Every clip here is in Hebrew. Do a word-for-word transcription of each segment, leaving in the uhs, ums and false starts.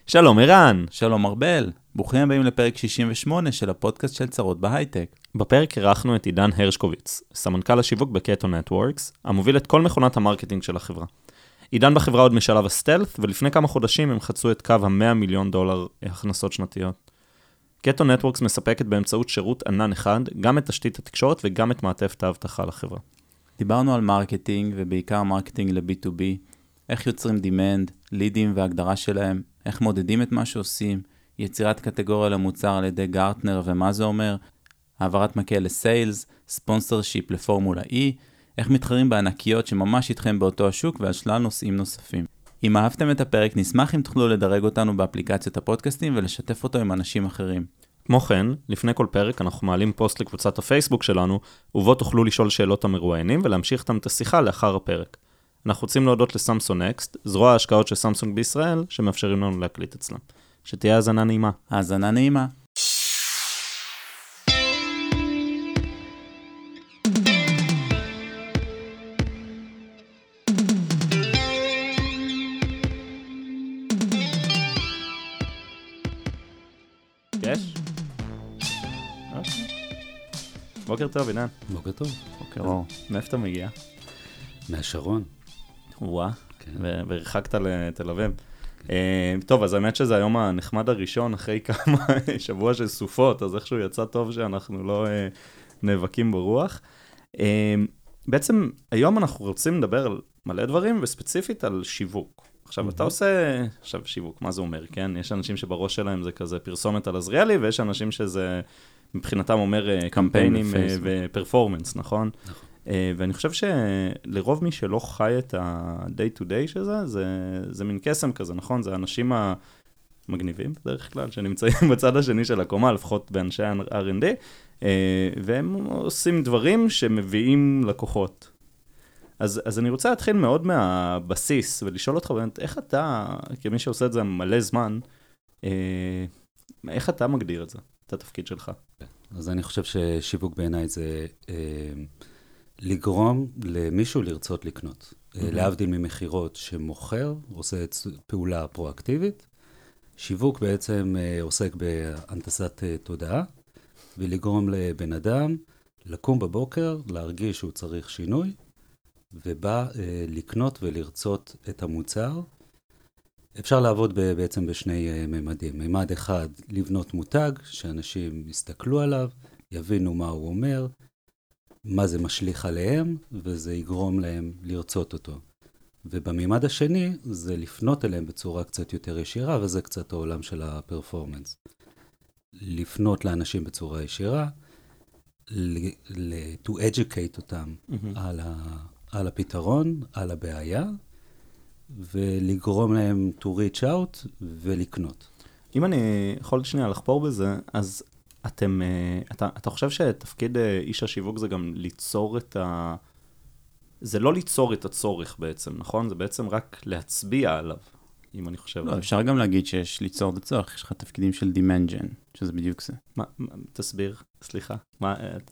שלום ערן. שלום ארבל, ברוכים הבאים לפרק שישים ושמונה של הפודקאסט של צרות בהייטק. בפרק אירחנו את עידן הרשקוביץ, סמנכ"ל השיווק בקטו נטוורקס, המוביל את כל מכונת המרקטינג של החברה. עידן בחברה עוד משלב הסטלת, ולפני כמה חודשים הם חצו את קו ה-מאה מיליון דולר הכנסות שנתיות. קטו נטוורקס מספקת באמצעות שירות ענן אחד, גם את תשתית התקשורת וגם את מעטפת האבטחה לחברה. דיברנו על מרקטינג ובעיקר מרקטינג ל-בי טו בי, איך יוצרים דימנד, לידים והגדרה שלהם, איך מודדים את מה שעושים, יצירת קטגוריה למוצר על ידי גרטנר ומה זה אומר, העברת מקל לסיילס, ספונסר שיפ לפורמולה E, איך מתחרים בענקיות שממש איתכם באותו השוק ועל שלל נושאים נוספים. אם אהבתם את הפרק, נשמח אם תוכלו לדרג אותנו באפליקציות הפודקאסטים ולשתף אותו עם אנשים אחרים. כמו כן, לפני כל פרק אנחנו מעלים פוסט לקבוצת הפייסבוק שלנו, ובו תוכלו לשאול שאלות המרואיינים ולהמשיך איתם את השיחה לאחר הפרק. אנחנו רוצים להודות לסמסונג נקסט, זרוע ההשקעות של סמסונג בישראל, שמאפשרים לנו להקליט אצלם. שתהיה האזנה נעימה. האזנה נעימה. יש? בוקר טוב, עידן. בוקר טוב. בוקר אור. מאיפה אתה מגיע? מהשרון. וואה, והרחקת לתל אביב. טוב, אז האמת שזה היום הנחמד הראשון, אחרי כמה שבוע של סופות, אז איכשהו יצא טוב שאנחנו לא נאבקים ברוח. בעצם היום אנחנו רוצים לדבר על מלא דברים, וספציפית על שיווק. עכשיו, אתה עושה, עכשיו שיווק, מה זה אומר, כן? יש אנשים שבראש שלהם זה כזה פרסומת על עזריאלי, ויש אנשים שזה מבחינתם אומר קמפיינים ופרפורמנס, נכון? נכון. ואני חושב שלרוב מי שלא חי את ה-day to day שזה, זה, זה מין קסם כזה, נכון? זה האנשים המגניבים בדרך כלל, שנמצאים בצד השני של הקומה, לפחות באנשי אר אנד די, והם עושים דברים שמביאים לקוחות. אז, אז אני רוצה להתחיל מאוד מהבסיס, ולשאול אותך באמת, איך אתה, כמי שעושה את זה מלא זמן, איך אתה מגדיר את זה, את התפקיד שלך? אז אני חושב ששיווק בעיניי זה לגרום למישהו לרצות לקנות. להבדיל ממחירות שמוכר, עושה פעולה פרואקטיבית. שיווק בעצם עוסק בהנדסת תודעה, ולגרום לבן אדם לקום בבוקר, להרגיש שהוא צריך שינוי, ובא לקנות ולרצות את המוצר. אפשר לעבוד בעצם בשני ממדים. ממד אחד, לבנות מותג, שאנשים יסתכלו עליו, יבינו מה הוא אומר, מה זה משליך עליהם, וזה יגרום להם לרצות אותו. ובממד השני, זה לפנות אליהם בצורה קצת יותר ישירה, וזה קצת העולם של הפרפורמנס. לפנות לאנשים בצורה ישירה, to educate אותם mm-hmm. על, ה, על הפתרון, על הבעיה, ולגרום להם to reach out ולקנות. אם אני יכול שנייה לחפור בזה, אז אתם, אתה, אתה חושב שתפקיד איש השיווק זה גם ליצור את ה... זה לא ליצור את הצורך בעצם, נכון? זה בעצם רק להצביע עליו, אם אני חושב. לא, אפשר גם להגיד שיש ליצור את הצורך, יש לך תפקידים של demand gen, שזה בדיוק זה. מה, תסביר, סליחה. מה...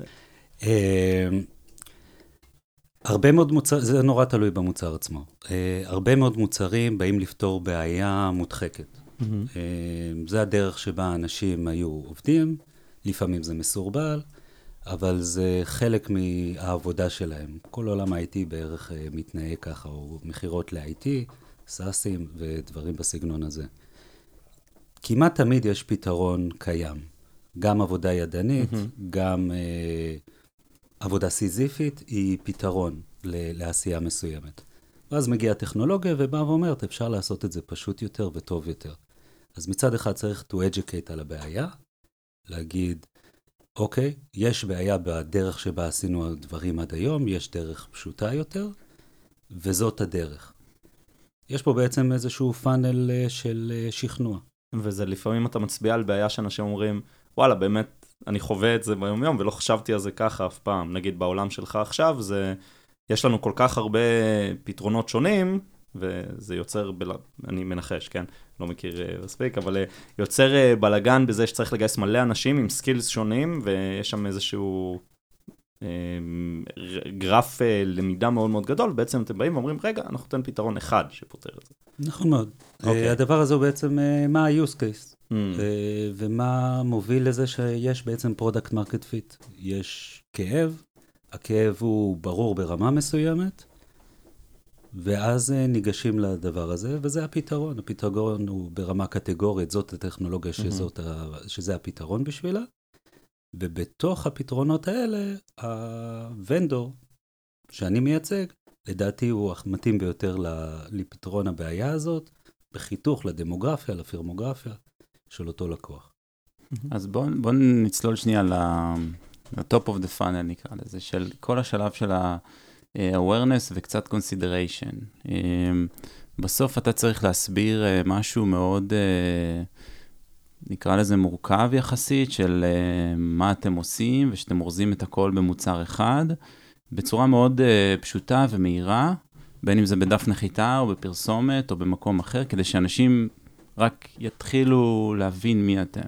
הרבה מאוד מוצרים, זה נורא תלוי במוצר עצמו. הרבה מאוד מוצרים באים לפתור בעיה מודחקת. זה הדרך שבה אנשים היו עובדים, לפעמים זה מסורבל, אבל זה חלק מהעבודה שלהם. כל עולם ה-איי טי בערך מתנהג ככה, או מחירות ל-איי טי, סאסים ודברים בסגנון הזה. כמעט תמיד יש פתרון קיים. גם עבודה ידנית, גם אה, עבודה סיזיפית, היא פתרון ל- לעשייה מסוימת. ואז מגיעה הטכנולוגיה ובאה ואומרת, אפשר לעשות את זה פשוט יותר וטוב יותר. אז מצד אחד צריך to educate על הבעיה, להגיד, אוקיי, יש בעיה בדרך שבה עשינו הדברים עד היום, יש דרך פשוטה יותר, וזאת הדרך. יש פה בעצם איזשהו פאנל של שכנוע. וזה לפעמים אתה מצביע על בעיה שאנשים אומרים, וואלה, באמת, אני חווה את זה ביום יום, ולא חשבתי על זה ככה אף פעם. נגיד, בעולם שלך עכשיו, זה, יש לנו כל כך הרבה פתרונות שונים, וזה יוצר, בל... אני מנחש, כן? לא מכיר מספיק, אבל יוצר בלגן בזה שצריך לגייס מלא אנשים עם סקילס שונים, ויש שם איזשהו גרף למידה מאוד מאוד גדול, בעצם אתם באים ואומרים, רגע, אנחנו נותן פתרון אחד שפותר את זה. נכון מאוד. הדבר הזה הוא בעצם, מה ה-use case, ומה מוביל לזה שיש בעצם product market fit. יש כאב, הכאב הוא ברור ברמה מסוימת, ואז ניגשים לדבר הזה, וזה הפתרון. הפתרון הוא ברמה קטגורית, זאת הטכנולוגיה שזאת, שזה הפתרון בשבילה, ובתוך הפתרונות האלה, הוונדור שאני מייצג, לדעתי הוא מתאים ביותר לפתרון הבעיה הזאת, בחיתוך לדמוגרפיה, לפירמוגרפיה של אותו לקוח. אז בואו בוא נצלול שנייה ל-top of the funnel נקרא לזה, של כל השלב של ה-awareness וקצת consideration. בסוף אתה צריך להסביר משהו מאוד, נקרא לזה מורכב יחסית, של מה אתם עושים, ושאתם אורזים את הכל במוצר אחד, בצורה מאוד פשוטה ומהירה, בין אם זה בדף נחיתה או בפרסומת או במקום אחר, כדי שאנשים רק יתחילו להבין מי אתם.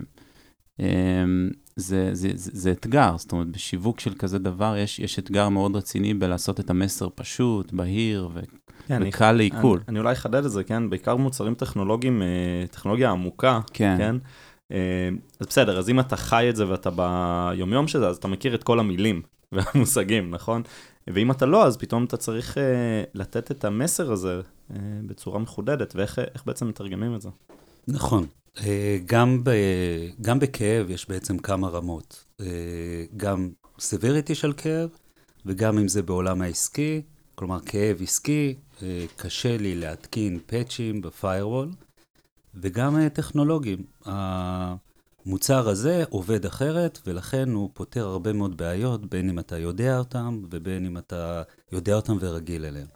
זה, זה, זה, זה אתגר, זאת אומרת, בשיווק של כזה דבר, יש, יש אתגר מאוד רציני בלעשות את המסר פשוט, בהיר ו... כן, וקל לעיכול. אני, אני אולי אחדד את זה, כן? בעיקר מוצרים טכנולוגיים, טכנולוגיה עמוקה, כן? כן? אז בסדר, אז אם אתה חי את זה ואתה ביומיום שזה, אז אתה מכיר את כל המילים והמושגים, נכון? ואם אתה לא, אז פתאום אתה צריך לתת את המסר הזה בצורה מחודדת, ואיך איך בעצם מתרגמים את זה? נכון. גם, ב, גם בכאב יש בעצם כמה רמות. גם severity של כאב, וגם אם זה בעולם העסקי, כלומר כאב עסקי, קשה לי להתקין פאצ'ים בפיירוול, וגם טכנולוגיים. המוצר הזה עובד אחרת, ולכן הוא פותר הרבה מאוד בעיות, בין אם אתה יודע אותם, ובין אם אתה יודע אותם ורגיל אליהם.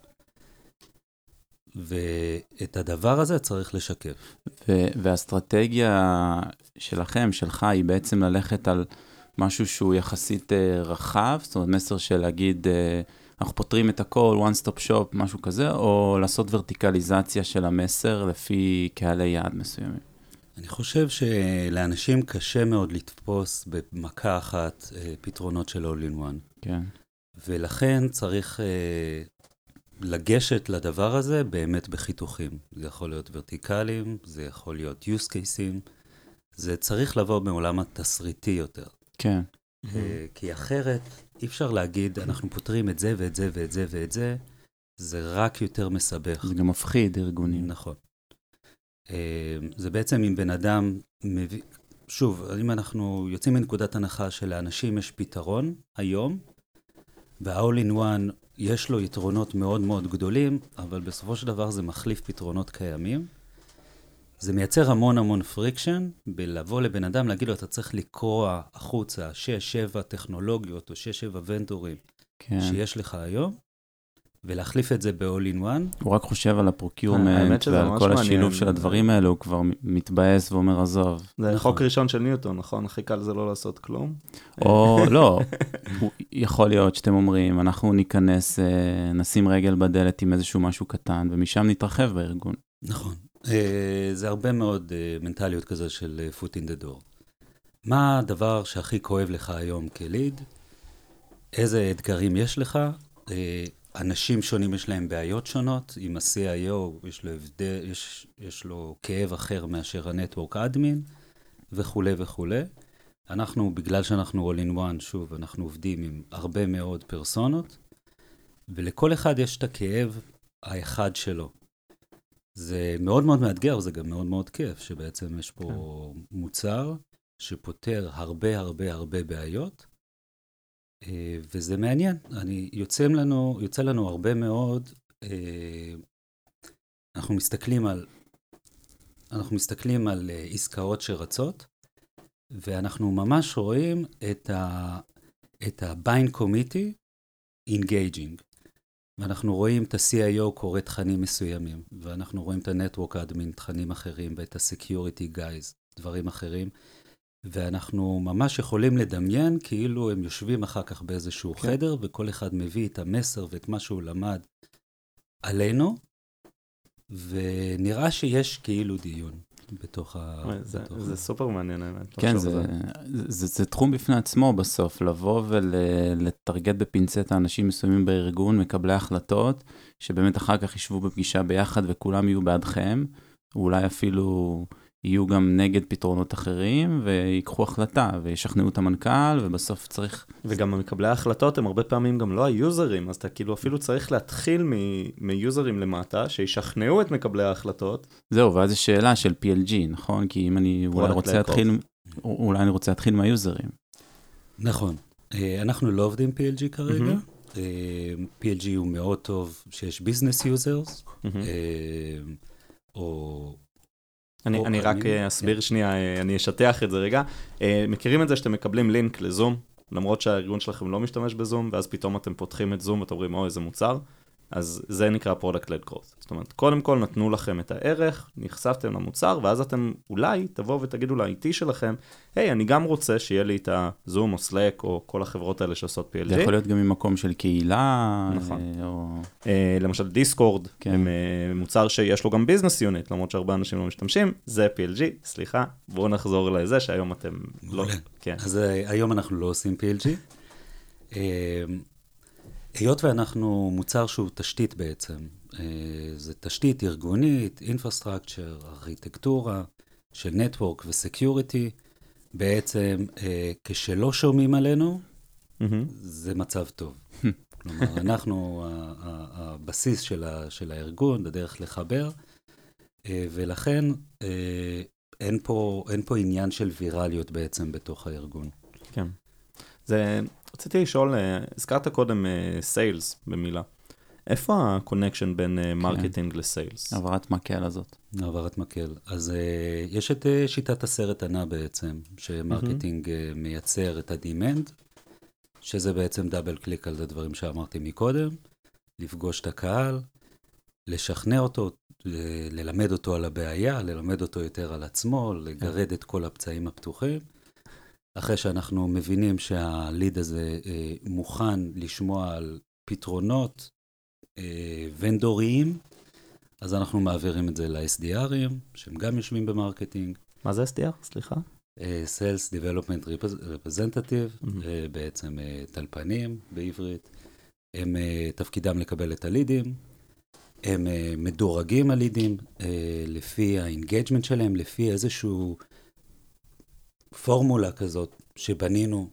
ואת הדבר הזה צריך לשקף. ו- והאסטרטגיה שלכם, שלך, היא בעצם ללכת על משהו שהוא יחסית uh, רחב, זאת אומרת, מסר של להגיד, uh, אנחנו פותרים את הכל, one stop shop, משהו כזה, או לעשות ורטיקליזציה של המסר לפי קהלי יעד מסוימים? אני חושב שלאנשים קשה מאוד לתפוס במכה אחת uh, פתרונות של all in one. כן. ולכן צריך... Uh, לגשת לדבר הזה באמת בחיתוכים. זה יכול להיות ורטיקליים, זה יכול להיות use cases, זה צריך לבוא מעולם התסריטי יותר. כן. כי אחרת אי אפשר להגיד, אנחנו פותרים את זה ואת זה ואת זה ואת זה, זה רק יותר מסבך. זה גם מפחיד ארגונים. נכון. זה בעצם אם בן אדם מביא, שוב, אם אנחנו יוצאים מנקודת הנחה שלאנשים יש פתרון היום, וה-all in one יש לו יתרונות מאוד מאוד גדולים, אבל בסופו של דבר זה מחליף פתרונות קיימים. זה מייצר המון המון פריקשן, בלבוא לבן אדם, להגיד לו, אתה צריך לקרוא החוצה שש, שבע טכנולוגיות או שש, שבע ונדורים כן. שיש לך היום, ולהחליף את זה ב-all in one. הוא רק חושב על הפרוקיורמנט ועל כל השילוב של הדברים האלה, הוא כבר מתבאס ואומר, עזוב. זה חוק ראשון של ניוטון, נכון? הכי קל זה לא לעשות כלום. או לא, יכול להיות שאתם אומרים, אנחנו ניכנס, נשים רגל בדלת עם איזשהו משהו קטן, ומשם נתרחב בארגון. נכון. זה הרבה מאוד מנטליות כזו של foot in the door. מה הדבר שהכי כואב לך היום כליד? איזה אתגרים יש לך? אנשים שונים יש להם בעיות שונות, עם ה-סי איי או יש לו, הבדל, יש, יש לו כאב אחר מאשר ה-Network Admin וכו' וכו'. אנחנו, בגלל שאנחנו all in one, שוב, אנחנו עובדים עם הרבה מאוד פרסונות, ולכל אחד יש את הכאב האחד שלו. זה מאוד מאוד מאתגר, זה גם מאוד מאוד כיף, שבעצם יש פה כן. מוצר שפותר הרבה הרבה הרבה בעיות, וזה מעניין. אני יוצא לנו, יוצא לנו הרבה מאוד, אנחנו מסתכלים על, אנחנו מסתכלים על עסקאות שרצות, ואנחנו ממש רואים את ה, את ה-Bind Committee engaging. ואנחנו רואים את ה-סי איי או קורא תכנים מסוימים, ואנחנו רואים את ה-Network Admin תכנים אחרים, ואת ה-Security Guys, דברים אחרים, ואנחנו ממש יכולים לדמיין כאילו הם יושבים אחר כך באיזשהו כן. חדר, וכל אחד מביא את המסר ואת מה שהוא למד עלינו, ונראה שיש כאילו דיון. בתוך ה... זה, בתוך זה ה... סופר מעניין, האמת. כן, זה, זה, זה, זה תחום בפני עצמו בסוף, לבוא ולטרגט בפינצט האנשים מסוימים בארגון, מקבלי החלטות, שבאמת אחר כך ישבו בפגישה ביחד וכולם יהיו בעדכם, ואולי אפילו יהיו גם נגד פתרונות אחרים, ויקחו החלטה, וישכנעו את המנכ"ל, ובסוף צריך... וגם מקבלי ההחלטות הם הרבה פעמים גם לא היוזרים, אז אתה כאילו אפילו צריך להתחיל מיוזרים למטה, שישכנעו את מקבלי ההחלטות. זהו, ואז יש שאלה של פי אל ג'י, נכון? כי אם אני אולי רוצה להתחיל, אולי אני רוצה להתחיל מהיוזרים. נכון. אנחנו לא עובדים פי אל ג'י כרגע. פי אל ג'י הוא מאוד טוב שיש ביזנס יוזרס, או... אני, אני רק אסביר שנייה, אני אשטח את זה רגע. מכירים את זה שאתם מקבלים לינק לזום, למרות שהארגון שלכם לא משתמש בזום, ואז פתאום אתם פותחים את זום ואתם אומרים, או, איזה מוצר. אז זה נקרא Product-Led Growth. זאת אומרת, קודם כל נתנו לכם את הערך, נחשפתם למוצר, ואז אתם אולי תבואו ותגידו ל-איי טי שלכם, היי, אני גם רוצה שיהיה לי את הזום או Slack או כל החברות האלה שעושות פי אל ג'י. זה יכול להיות גם ממקום של קהילה. נכון. או... למשל דיסקורד, כן. מוצר שיש לו גם ביזנס יוניט, למרות שהרבה אנשים לא משתמשים, זה פי אל ג'י, סליחה, בואו נחזור לזה שהיום אתם לא... כן. אז היום אנחנו לא עושים פי אל ג'י. היות ואנחנו מוצר שהוא תשתית בעצם, זה תשתית ארגונית, אינפרסטרקצ'ר, ארכיטקטורה של נטוורק וסקיוריטי, בעצם כשלא שומעים עלינו, זה מצב טוב. כלומר, אנחנו הבסיס של הארגון, הדרך לחבר, ולכן אין פה, אין פה עניין של וירליות בעצם בתוך הארגון. כן. זה... רציתי לשאול, הזכרת קודם סיילס במילה. איפה הקונקשן בין מרקטינג לסיילס? העברת מקל הזאת. העברת מקל. אז יש את שיטת הסרט ענה בעצם, שמרקטינג מייצר את הדימנד, שזה בעצם דאבל קליק על הדברים שאמרתי מקודם, לפגוש את הקהל, לשכנע אותו, ללמד אותו על הבעיה, ללמד אותו יותר על עצמו, לגרד את כל הפצעים הפתוחים. אחרי שאנחנו מבינים שהליד הזה אה, מוכן לשמוע על פתרונות אה, ונדוריים, אז אנחנו מעבירים את זה ל-אס די ארים, שהם גם יושבים במרקטינג. מה זה אס די אר? סליחה? אה, Sales Development Representative, mm-hmm. אה, בעצם אה, טלפנים בעברית. הם אה, תפקידם לקבל את הלידים, הם אה, מדורגים הלידים, אה, לפי האינגייג'מנט שלהם, לפי איזשהו... פורמולה כזאת שבנינו.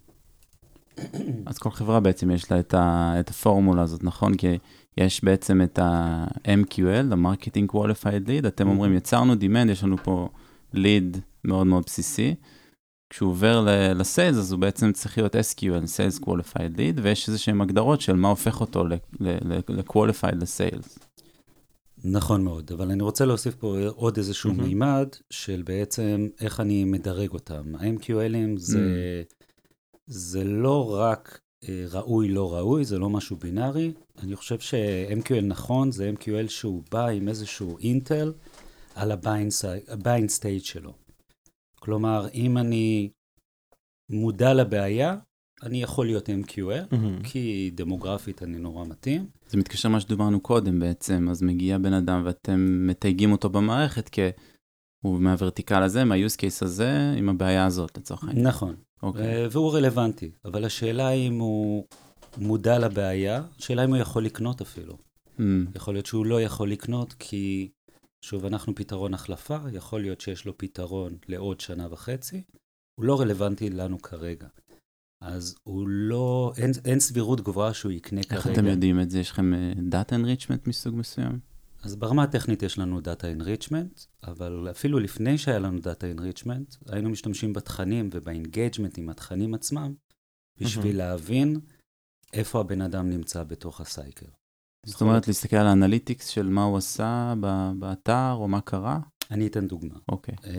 אז כל חברה בעצם יש לה את, ה, את הפורמולה הזאת, נכון? כי יש בעצם את ה-אם קיו אל, ה-Marketing Qualified Lead, אתם אומרים, יצרנו demand, יש לנו פה lead מאוד מאוד בסיסי, כשהוא עובר לסיילס, אז הוא בעצם צריך להיות אס קיו אל, Sales Qualified Lead, ויש איזה שהן הגדרות של מה הופך אותו ל-Qualified לסיילס. נכון מאוד, אבל אני רוצה להוסיף פה עוד איזשהו mm-hmm. מימד של בעצם איך אני מדרג אותם. ה-אם קיו אל'ים זה, mm-hmm. זה לא רק אה, ראוי, לא ראוי, זה לא משהו בינארי. אני חושב ש-אם קיו אל נכון, זה אם קיו אל שהוא בא עם איזשהו אינטל על ה-bind stage שלו. כלומר, אם אני מודע לבעיה, אני יכול להיות אם קיו אל, mm-hmm. כי דמוגרפית אני נורא מתאים. זה מתקשר מה שדוברנו קודם בעצם, אז מגיע בן אדם ואתם מתייגים אותו במערכת, כי הוא מהוורטיקל הזה, מה-use case הזה, עם הבעיה הזאת לצורך העניין. נכון, okay. והוא רלוונטי, אבל השאלה אם הוא מודע לבעיה, השאלה אם הוא יכול לקנות אפילו. Mm. יכול להיות שהוא לא יכול לקנות, כי שוב, אנחנו פתרון החלפה, יכול להיות שיש לו פתרון לעוד שנה וחצי, הוא לא רלוונטי לנו כרגע. אז הוא לא, אין, אין סבירות גבוהה שהוא יקנה כרגע. איך אתם יודעים את זה? יש לכם דאטה אנריצ'מנט מסוג מסוים? אז ברמה הטכנית יש לנו דאטה אנריצ'מנט, אבל אפילו לפני שהיה לנו דאטה אנריצ'מנט, היינו משתמשים בתכנים ובאינגייג'מנט עם התכנים עצמם, בשביל mm-hmm. להבין איפה הבן אדם נמצא בתוך הסייקל. זאת אומרת, להסתכל על האנליטיקס של מה הוא עשה באתר, או מה קרה? אני אתן דוגמה. אוקיי. Okay.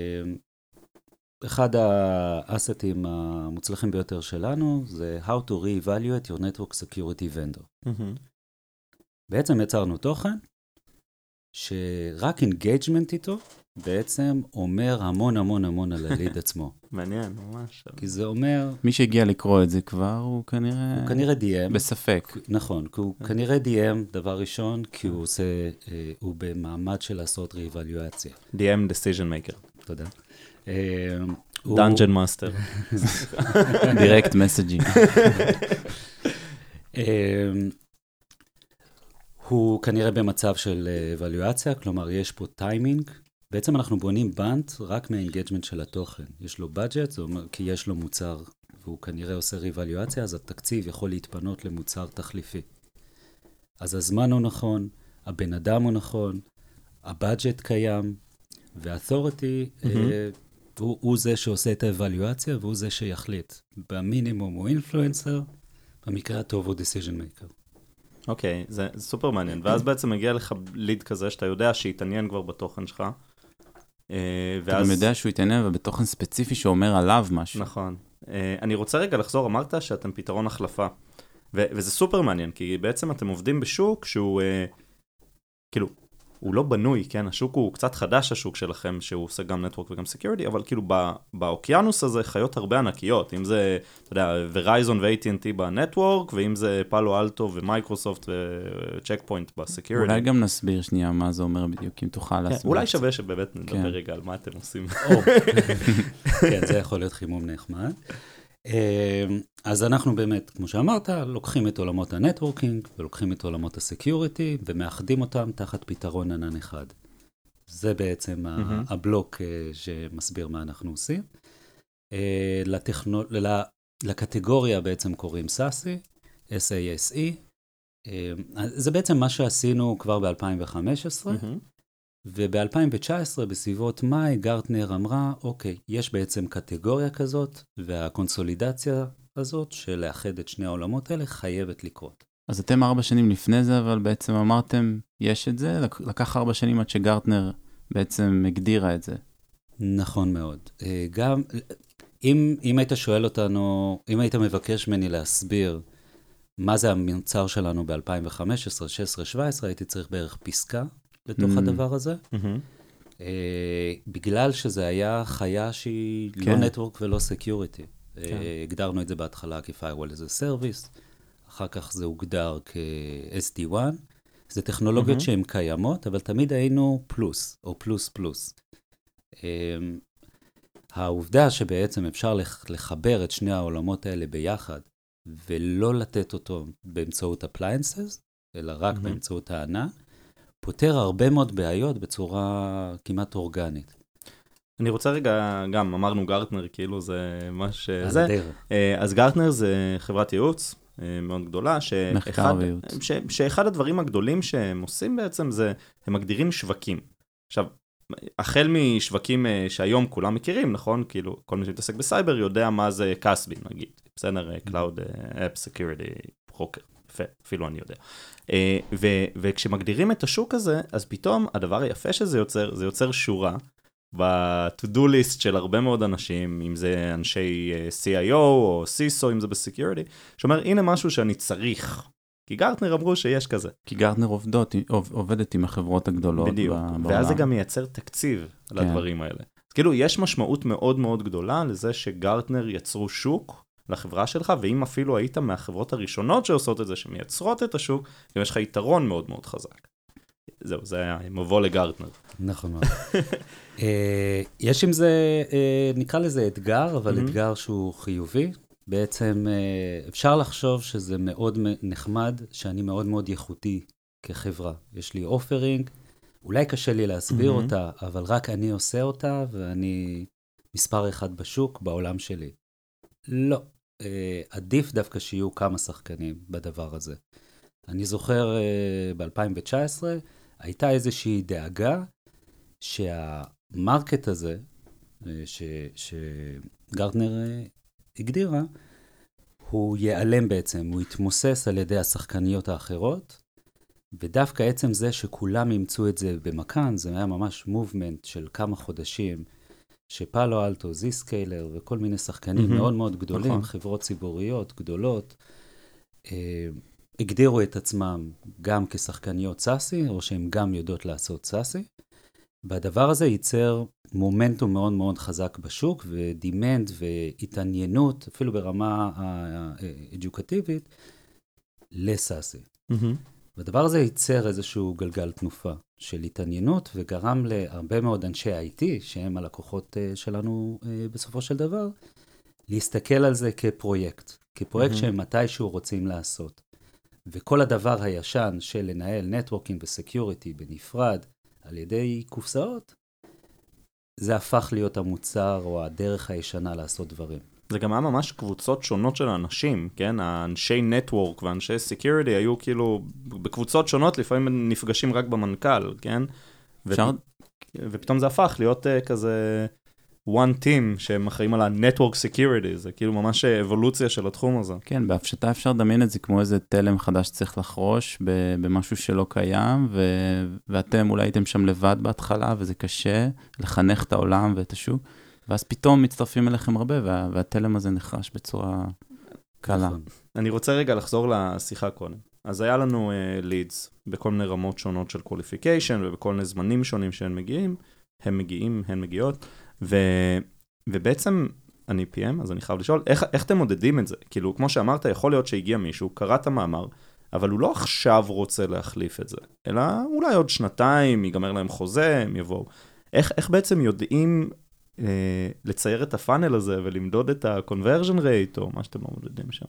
אחד האסטים המוצלחים ביותר שלנו זה How to Re-Evaluate Your Network Security Vendor. Mm-hmm. בעצם יצרנו תוכן שרק engagement איתו, בעצם אומר המון המון המון על הליד עצמו. מעניין, ממש. כי זה אומר... מי שהגיע לקרוא את זה כבר, הוא כנראה... הוא כנראה די אם. בספק. נכון, כי הוא כנראה די אם, דבר ראשון, כי הוא עושה, הוא במעמד של לעשות ריבליואציה. די אם decision maker. תודה. Dungeon Master. Direct messaging. הוא כנראה במצב של אבלואציה, כלומר יש פה טיימינג. בעצם אנחנו בונים בנט רק מהאינגייג'מנט של התוכן. יש לו בדג'ט, זה אומר כי יש לו מוצר, והוא כנראה עושה ריבליואציה, אז התקציב יכול להתפנות למוצר תחליפי. אז הזמן הוא נכון, הבן אדם הוא נכון, הבדג'ט קיים, והאתורטי mm-hmm. אה, הוא, הוא זה שעושה את האבלואציה, והוא זה שיחליט. במינימום הוא אינפלואנסר, במקרה הטוב הוא decision maker. אוקיי, זה, זה סופר מעניין. ואז בעצם מגיע לך ליד כזה שאתה יודע שיתעניין כבר בתוכן שלך. אתה גם יודע שהוא יתעניין ובתוכן ספציפי שאומר עליו משהו. נכון. אני רוצה רגע לחזור, אמרת שאתם פתרון החלפה. ו- וזה סופר מעניין, כי בעצם אתם עובדים בשוק שהוא, כאילו, הוא לא בנוי, כן? השוק הוא קצת חדש, השוק שלכם, שהוא עושה גם נטוורק וגם סקיוריטי, אבל כאילו באוקיינוס הזה חיות הרבה ענקיות, אם זה, אתה יודע, ורייזון ו-איי טי אנד טי בנטוורק, ואם זה פאלו אלטו ומייקרוסופט וצ'ק פוינט בסקיוריטי. אולי גם נסביר שנייה מה זה אומר בדיוק, אם תוכל להסביר. אולי שווה שבאמת נדבר רגע על מה אתם עושים. כן, זה יכול להיות חימום נחמד. אז אנחנו באמת, כמו שאמרת, לוקחים את עולמות הנטוורקינג ולוקחים את עולמות הסקיוריטי ומאחדים אותם תחת פתרון ענן אחד. זה בעצם mm-hmm. הבלוק שמסביר מה אנחנו עושים. לטכנול... לקטגוריה בעצם קוראים סאסי, אס איי אס אי. זה בעצם מה שעשינו כבר ב-אלפיים וחמש עשרה. Mm-hmm. וב-אלפיים תשע עשרה, בסביבות מאי, גרטנר אמרה, אוקיי, יש בעצם קטגוריה כזאת, והקונסולידציה הזאת של לאחד את שני העולמות האלה חייבת לקרות. אז אתם ארבע שנים לפני זה, אבל בעצם אמרתם, יש את זה? לקח ארבע שנים עד שגרטנר בעצם הגדירה את זה. נכון מאוד. גם, אם, אם היית שואל אותנו, אם היית מבקש ממני להסביר מה זה המוצר שלנו ב-אלפיים וחמש עשרה, שש עשרה, שבע עשרה, הייתי צריך בערך פסקה. לתוך mm-hmm. הדבר הזה, mm-hmm. uh, בגלל שזה היה חיה שהיא כן. לא נטוורק ולא סקיוריטי. כן. Uh, הגדרנו את זה בהתחלה כ-Firewall as a Service, אחר כך זה הוגדר כ-אס די וואן, זה טכנולוגיות mm-hmm. שהן קיימות, אבל תמיד היינו פלוס, או פלוס פלוס. Uh, העובדה שבעצם אפשר לח- לחבר את שני העולמות האלה ביחד, ולא לתת אותו באמצעות appliances, אלא רק mm-hmm. באמצעות הענן, פותר הרבה מאוד בעיות בצורה כמעט אורגנית. אני רוצה רגע, גם אמרנו גרטנר, כאילו זה מה שזה. אז גרטנר זה חברת ייעוץ מאוד גדולה, שאחד, ש, שאחד הדברים הגדולים שהם עושים בעצם זה, הם מגדירים שווקים. עכשיו, החל משווקים שהיום כולם מכירים, נכון? כאילו, כל מי שמתעסק בסייבר יודע מה זה קאסבי, נגיד. בסדר, Cloud App Security Broker. יפה, אפילו אני יודע. ו- וכשמגדירים את השוק הזה, אז פתאום הדבר היפה שזה יוצר, זה יוצר שורה ב-to-do list של הרבה מאוד אנשים, אם זה אנשי סי איי או או סי איס או, אם זה בסקיוריטי, שאומר, הנה משהו שאני צריך. כי גרטנר אמרו שיש כזה. כי גרטנר עובדות, עובדת עם החברות הגדולות. בדיוק, ב- ואז זה גם מייצר תקציב כן. לדברים האלה. אז כאילו, יש משמעות מאוד מאוד גדולה לזה שגרטנר יצרו שוק, לחברה שלך, ואם אפילו היית מהחברות הראשונות שעושות את זה, שמייצרות את השוק, גם יש לך יתרון מאוד מאוד חזק. זהו, זה היה מבוא לגרטנר. נכון מאוד. יש עם זה, נקרא לזה אתגר, אבל אתגר שהוא חיובי. בעצם אפשר לחשוב שזה מאוד נחמד, שאני מאוד מאוד ייחודי כחברה. יש לי אופרינג, אולי קשה לי להסביר אותה, אבל רק אני עושה אותה, ואני מספר אחד בשוק, בעולם שלי. לא. עדיף דווקא שיהיו כמה שחקנים בדבר הזה. אני זוכר ב-אלפיים תשע עשרה, הייתה איזושהי דאגה שהמרקט הזה, שגרטנר הגדירה, הוא ייעלם בעצם, הוא יתמוסס על ידי השחקניות האחרות, ודווקא עצם זה שכולם ימצאו את זה במכאן, זה היה ממש מובמנט של כמה חודשים, שפאלו אלטו, זיסקיילר וכל מיני שחקנים mm-hmm. מאוד מאוד גדולים, נכון. חברות ציבוריות גדולות, הגדירו את עצמם גם כשחקניות סאסי, או שהן גם יודעות לעשות סאסי. והדבר הזה ייצר מומנטום מאוד מאוד חזק בשוק, ודימנד והתעניינות, אפילו ברמה האדוקטיבית, לסאסי. Mm-hmm. והדבר הזה ייצר איזשהו גלגל תנופה של התעניינות, וגרם להרבה מאוד אנשי איי טי, שהם הלקוחות שלנו בסופו של דבר, להסתכל על זה כפרויקט, כפרויקט mm-hmm. שהם מתישהו רוצים לעשות. וכל הדבר הישן של לנהל נטוורקינג וסקיוריטי בנפרד, על ידי קופסאות, זה הפך להיות המוצר או הדרך הישנה לעשות דברים. זה גם היה ממש קבוצות שונות של אנשים, כן? האנשי נטוורק ואנשי סקיוריטי היו כאילו בקבוצות שונות, לפעמים הם נפגשים רק במנכ"ל, כן? אפשר... ו... ופתאום זה הפך להיות uh, כזה one team שהם אחראים על ה-network security, זה כאילו ממש אבולוציה של התחום הזה. כן, בהפשטה אפשר לדמיין את זה כמו איזה תלם חדש שצריך לחרוש במשהו שלא קיים, ו... ואתם אולי הייתם שם לבד בהתחלה, וזה קשה לחנך את העולם ואת השוק, ואז פתאום מצטרפים אליכם הרבה, וה... והתלם הזה נחרש בצורה קלה. אני רוצה רגע לחזור לשיחה קודם. אז היה לנו uh, leads בכל מיני רמות שונות של qualification, ובכל מיני זמנים שונים שהם מגיעים, הם מגיעים, הן מגיעות, ו... ובעצם אני פי אם, אז אני חייב לשאול, איך, איך אתם מודדים את זה? כאילו, כמו שאמרת, יכול להיות שהגיע מישהו, קרא את המאמר, אבל הוא לא עכשיו רוצה להחליף את זה, אלא אולי עוד שנתיים, ייגמר להם חוזה, הם יבואו. איך, איך בעצם יודעים אה, לצייר את הפאנל הזה, ולמדוד את ה-conversion rate, או מה שאתם לא מודדים שם?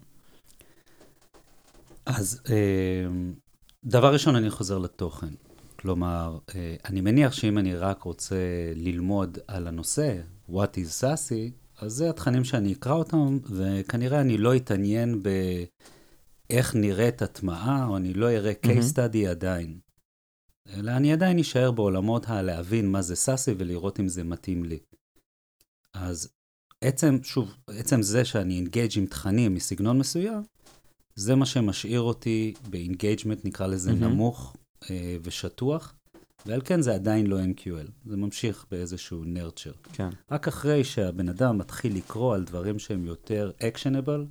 אז אה, דבר ראשון, אני חוזר לתוכן. כלומר, אני מניח שאם אני רק רוצה ללמוד על הנושא, what is SASE, אז זה התכנים שאני אקרא אותם, וכנראה אני לא אתעניין באיך נראית הטמעה, או אני לא אראה case study עדיין. אלא אני עדיין אשאר בעולמות הלהבין מה זה SASE, ולראות אם זה מתאים לי. אז עצם, שוב, עצם זה שאני אינגייג' עם תכנים מסגנון מסוים, זה מה שמשאיר אותי באינגייג'מנט, נקרא לזה נמוך, ושטוח, ועל כן זה עדיין לא אם קיו אל. זה ממשיך באיזשהו נרצ'ר. כן. רק אחרי שהבן אדם מתחיל לקרוא על דברים שהם יותר actionable,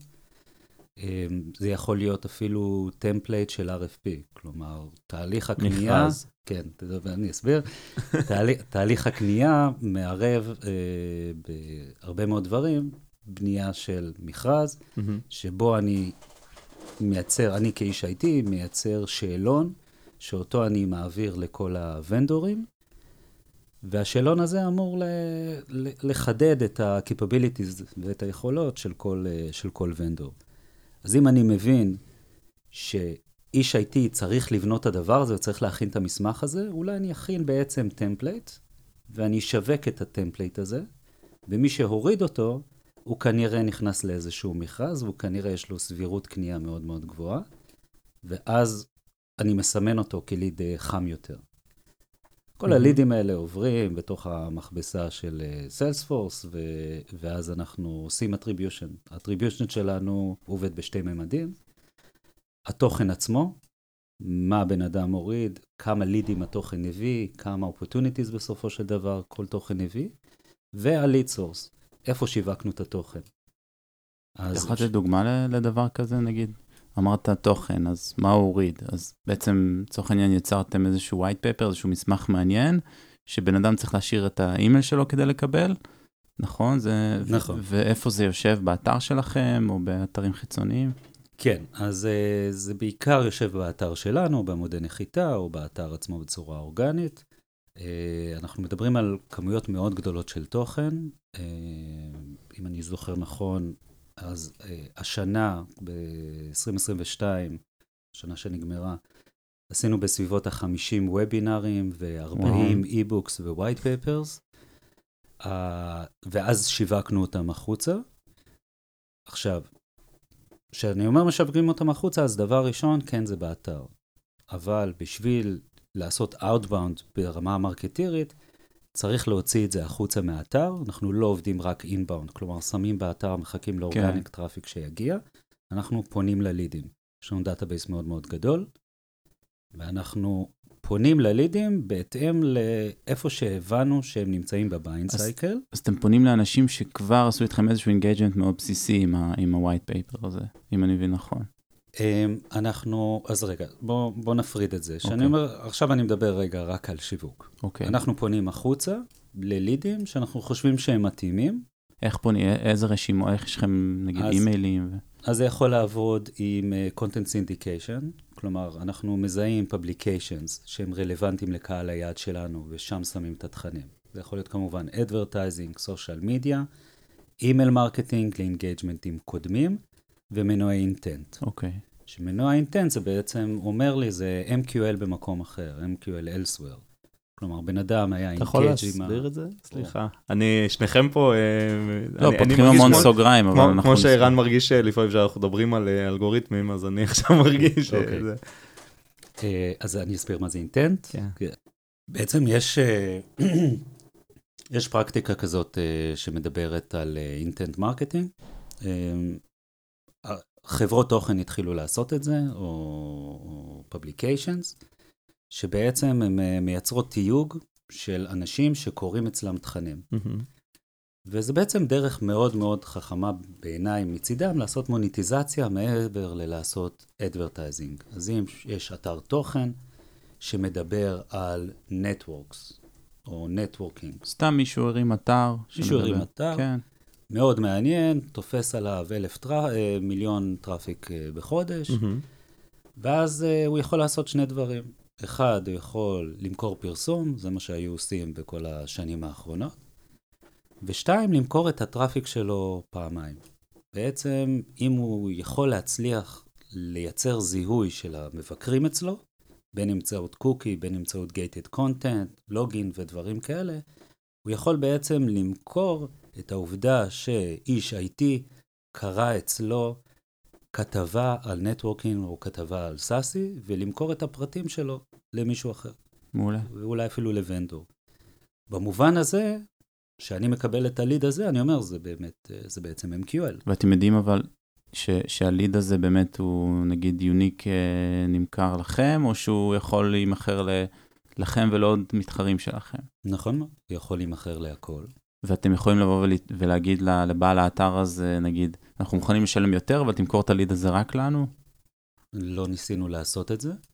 זה יכול להיות אפילו טמפלייט של אר אף פי. כלומר, תהליך הקנייה... מכרז. כן, אני אסביר. תהליך, תהליך הקנייה מערב אה, בהרבה מאוד דברים, בנייה של מכרז, mm-hmm. שבו אני מייצר, אני כאיש איי טי, מייצר שאלון, שאותו אני מעביר לכל הוונדורים, והשאלון הזה אמור לחדד את ה-capabilities ואת היכולות של כל, של כל ונדור. אז אם אני מבין שאיש איי טי צריך לבנות את הדבר הזה, וצריך להכין את המסמך הזה, אולי אני אכין בעצם טמפלייט, ואני אשווק את הטמפלייט הזה, ומי שהוריד אותו, הוא כנראה נכנס לאיזשהו מכרז, והוא כנראה יש לו סבירות קנייה מאוד מאוד גבוהה, ואז אני מסמן אותו כליד חם יותר. כל mm-hmm. הלידים האלה עוברים בתוך המכבסה של Salesforce, ו- ואז אנחנו עושים attribution. attribution שלנו עובד בשתי ממדים. התוכן עצמו, מה הבן אדם מוריד, כמה לידים התוכן הביא, כמה opportunities בסופו של דבר כל תוכן הביא, וה-lead source, איפה שיווקנו את התוכן. יכולת לדוגמה לדבר כזה, נגיד? אמרת תוכן, אז מה הוא הוריד? אז בעצם, צורך העניין, יצרתם איזשהו white paper, איזשהו מסמך מעניין, שבן אדם צריך להשאיר את האימייל שלו כדי לקבל, נכון? זה, נכון. ו- ואיפה זה יושב? באתר שלכם, או באתרים חיצוניים? כן, אז זה בעיקר יושב באתר שלנו, בעמודי נחיתה, או באתר עצמו בצורה אורגנית. אנחנו מדברים על כמויות מאוד גדולות של תוכן. אם אני זוכר נכון, אז uh, השנה, ב-עשרים עשרים ושתיים, השנה שנגמרה, עשינו בסביבות ה-חמישים וובינרים ו-ארבעים e-books ו-white papers, uh, ואז שיווקנו אותם החוצה. עכשיו, כשאני אומר משווקים אותם החוצה, אז דבר ראשון, כן, זה באתר. אבל בשביל לעשות outbound ברמה המרקטירית, צריך להוציא את זה החוצה מהאתר, אנחנו לא עובדים רק inbound, כלומר שמים באתר, מחכים לאורגניק טראפיק שיגיע, אנחנו פונים ללידים. יש לנו דאטאבייס מאוד מאוד גדול, ואנחנו פונים ללידים בהתאם לאיפה שהבנו שהם נמצאים בביינד סייקל. אז אתם פונים לאנשים שכבר עשו איתכם איזשהו אינגייג'מנט מאוד בסיסי עם ה-white paper הזה, אם אני מבין נכון. אנחנו, אז רגע, בוא, בוא נפריד את זה. שאני אומר, עכשיו אני מדבר רגע רק על שיווק. אוקיי. אנחנו פונים החוצה ללידים שאנחנו חושבים שהם מתאימים. איך פונים, איזה רשימו, איך יש לכם נגיד אימיילים? אז זה יכול לעבוד עם content syndication, כלומר, אנחנו מזהים publications שהם רלוונטיים לקהל היעד שלנו, ושם שמים את התכנים. זה יכול להיות כמובן advertising, social media, email marketing לאינגייג'מנט עם קודמים, ומנועי אינטנט. אוקיי. שמנוע אינטנט זה בעצם אומר לי, זה אם קיו אל במקום אחר, אם קיו אל elsewhere. כלומר, בן אדם היה אינגייג' עם ה... אתה יכול להסביר את זה? סליחה. אני, שניכם פה... לא, פותחים המון סוגריים, אבל אנחנו... כמו שאירן מרגיש לפעמים שאנחנו מדברים על אלגוריתמים, אז אני עכשיו מרגיש... אז אני אסביר מה זה אינטנט. בעצם יש... יש פרקטיקה כזאת שמדברת על אינטנט מרקטינג. חברות תוכן התחילו לעשות את זה, או publications, שבעצם הן מייצרות תיוג של אנשים שקוראים אצלם תכנים. וזה בעצם דרך מאוד מאוד חכמה בעיניי מצידם לעשות מוניטיזציה מעבר ללעשות advertising. אז אם יש אתר תוכן שמדבר על networks, או networking. סתם מישהו הרים אתר. מישהו הרים אתר. כן. מאוד מעניין, תופס עליו אלף טרא, מיליון טראפיק בחודש, ואז הוא יכול לעשות שני דברים. אחד, הוא יכול למכור פרסום, זה מה שהיו עושים בכל השנים האחרונות, ושתיים, למכור את הטראפיק שלו פעמיים. בעצם, אם הוא יכול להצליח לייצר זיהוי של המבקרים אצלו, בין אמצעות קוקי, בין אמצעות gated content, לוגין ודברים כאלה, הוא יכול בעצם למכור את העובדה שאיש איי טי קרא אצלו כתבה על נטוורקינג או כתבה על סאסי, ולמכור את הפרטים שלו למישהו אחר. מעולה. ואולי אפילו לוונדור. במובן הזה, שאני מקבל את הליד הזה, אני אומר, זה באמת, זה בעצם אם קיו אל. ואתם יודעים אבל ש, שהליד הזה באמת הוא נגיד יוניק נמכר לכם, או שהוא יכול להימכר ל, לכם ולעוד מתחרים שלכם? נכון, הוא יכול להימכר להכל. ואתם יכולים לבוא ולהגיד לבעל האתר הזה, נגיד, אנחנו מוכנים לשלם יותר, אבל תמכור את הליד הזה רק לנו? לא ניסינו לעשות את זה.